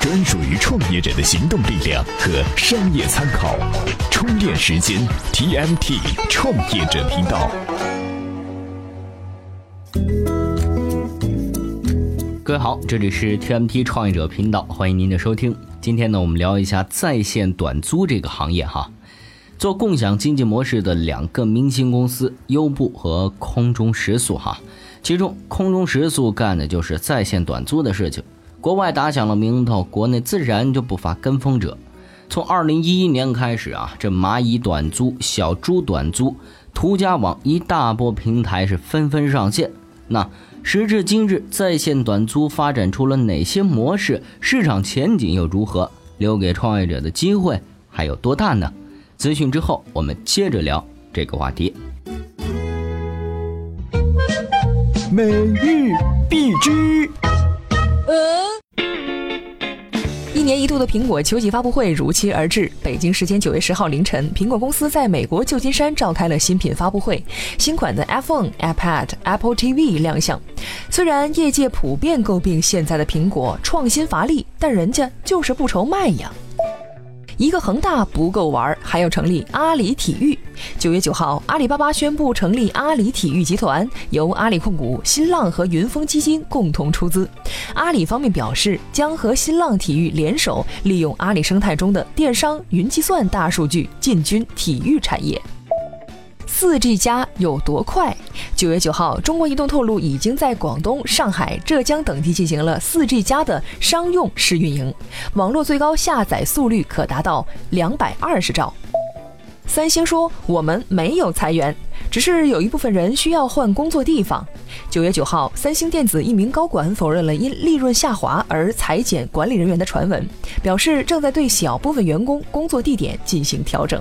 专属于创业者的行动力量和商业参考。充电时间 TMT 创业者频道。 各位好，这里是 TMT 创业者频道，欢迎您的收听。今天呢，我们聊一下在线短租这个行业哈。做共享经济模式的两个明星公司优步和空中食宿哈，其中空中食宿干的就是在线短租的事情。国外打响了名头，国内自然就不乏跟风者。从2011年开始啊，这蚂蚁短租、小猪短租、途家网一大波平台是纷纷上线。那时至今日，在线短租发展出了哪些模式？市场前景又如何？留给创业者的机会还有多大呢？资讯之后，我们接着聊这个话题。 每日必知。 一年一度的苹果秋季发布会如期而至。北京时间9月10号凌晨，苹果公司在美国旧金山召开了新品发布会，新款的 iPhone、iPad、Apple TV 亮相。虽然业界普遍诟病现在的苹果创新乏力，但人家就是不愁卖呀。一个恒大不够玩，还要成立阿里体育。9月9号，阿里巴巴宣布成立阿里体育集团，由阿里控股、新浪和云峰基金共同出资。阿里方面表示，将和新浪体育联手，利用阿里生态中的电商、云计算大数据，进军体育产业。4G 加有多快？9月9号，中国移动透露已经在广东、上海、浙江等地进行了4G 加的商用试运营，网络最高下载速率可达到220兆。三星说，我们没有裁员，只是有一部分人需要换工作地方。9月9号，三星电子一名高管否认了因利润下滑而裁减管理人员的传闻，表示正在对小部分员工工作地点进行调整。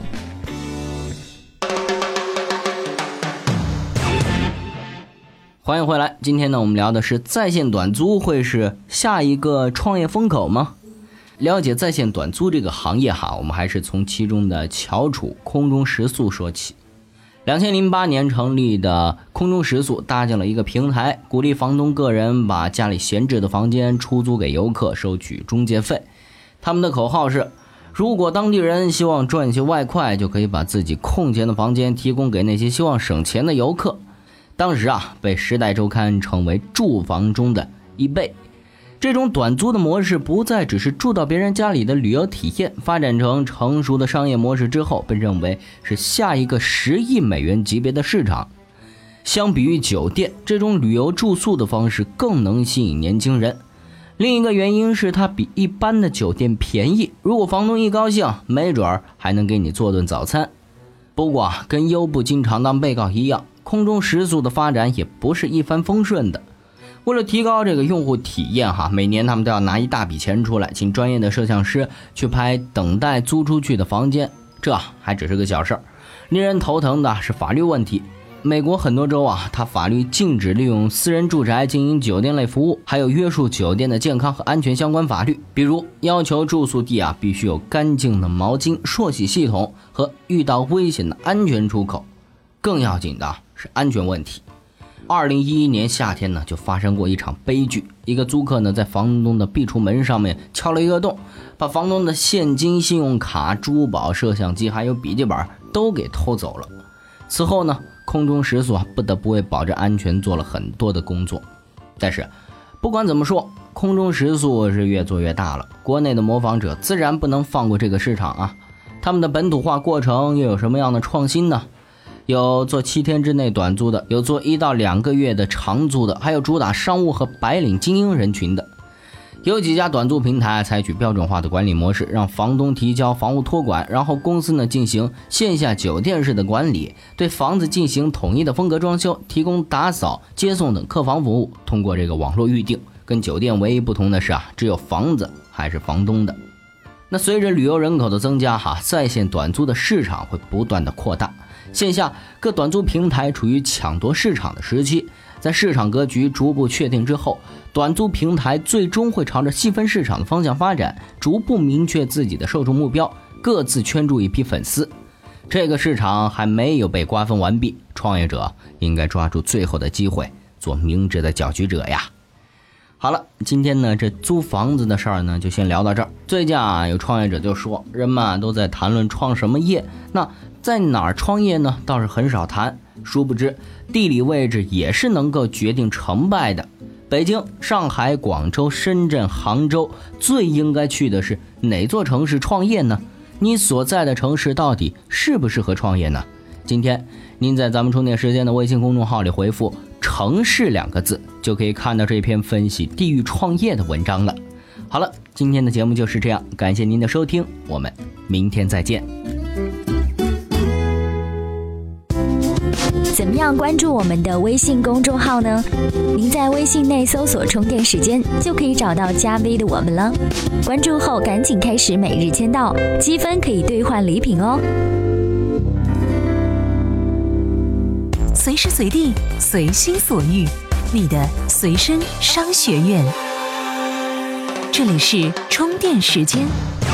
欢迎回来，今天呢，我们聊的是在线短租会是下一个创业风口吗？了解在线短租这个行业哈，我们还是从其中的翘楚空中食宿说起。2008年成立的空中食宿搭建了一个平台，鼓励房东个人把家里闲置的房间出租给游客，收取中介费。他们的口号是，如果当地人希望赚些外快，就可以把自己空闲的房间提供给那些希望省钱的游客。当时啊，被《时代周刊》称为住房中的eBay。这种短租的模式不再只是住到别人家里的旅游体验，发展成成熟的商业模式之后，被认为是下一个10亿美元级别的市场。相比于酒店，这种旅游住宿的方式更能吸引年轻人。另一个原因是它比一般的酒店便宜，如果房东一高兴，没准还能给你做顿早餐。不过跟优步经常当被告一样，空中食宿的发展也不是一帆风顺的。为了提高这个用户体验哈，每年他们都要拿一大笔钱出来，请专业的摄像师去拍等待租出去的房间，这还只是个小事儿。令人头疼的是法律问题。美国很多州啊，它法律禁止利用私人住宅经营酒店类服务，还有约束酒店的健康和安全相关法律，比如要求住宿地啊必须有干净的毛巾、漱洗系统和遇到危险的安全出口。更要紧的是安全问题。2011年夏天呢，就发生过一场悲剧。一个租客呢，在房东的壁橱门上面敲了一个洞，把房东的现金、信用卡、珠宝、摄像机还有笔记本都给偷走了。此后呢，空中食宿不得不为保证安全做了很多的工作。但是不管怎么说，空中食宿是越做越大了，国内的模仿者自然不能放过这个市场啊。他们的本土化过程又有什么样的创新呢？有做7天之内短租的，有做1到2个月的长租的，还有主打商务和白领精英人群的。有几家短租平台采取标准化的管理模式，让房东提交房屋托管，然后公司呢进行线下酒店式的管理，对房子进行统一的风格装修，提供打扫、接送等客房服务。通过这个网络预订，跟酒店唯一不同的是啊，只有房子还是房东的。那随着旅游人口的增加在线短租的市场会不断的扩大。线下各短租平台处于抢夺市场的时期，在市场格局逐步确定之后，短租平台最终会朝着细分市场的方向发展，逐步明确自己的受众目标，各自圈住一批粉丝。这个市场还没有被瓜分完毕，创业者应该抓住最后的机会，做明智的搅局者呀。 好了，今天呢这租房子的事儿呢就先聊到这儿。最近有创业者就说，人们都在谈论创什么业，那在哪儿创业呢倒是很少谈。殊不知地理位置也是能够决定成败的。北京、上海、广州、深圳、杭州，最应该去的是哪座城市创业呢？你所在的城市到底适不适合创业呢？今天您在咱们充电时间的微信公众号里回复城市2个字，就可以看到这篇分析地域创业的文章了。好了，今天的节目就是这样，感谢您的收听，我们明天再见。 怎么样关注我们的微信公众号呢？您在微信内搜索充电时间，就可以找到加 V 的我们了。关注后赶紧开始每日签到，积分可以兑换礼品哦。 随时随地，随心所欲，你的随身商学院。这里是充电时间。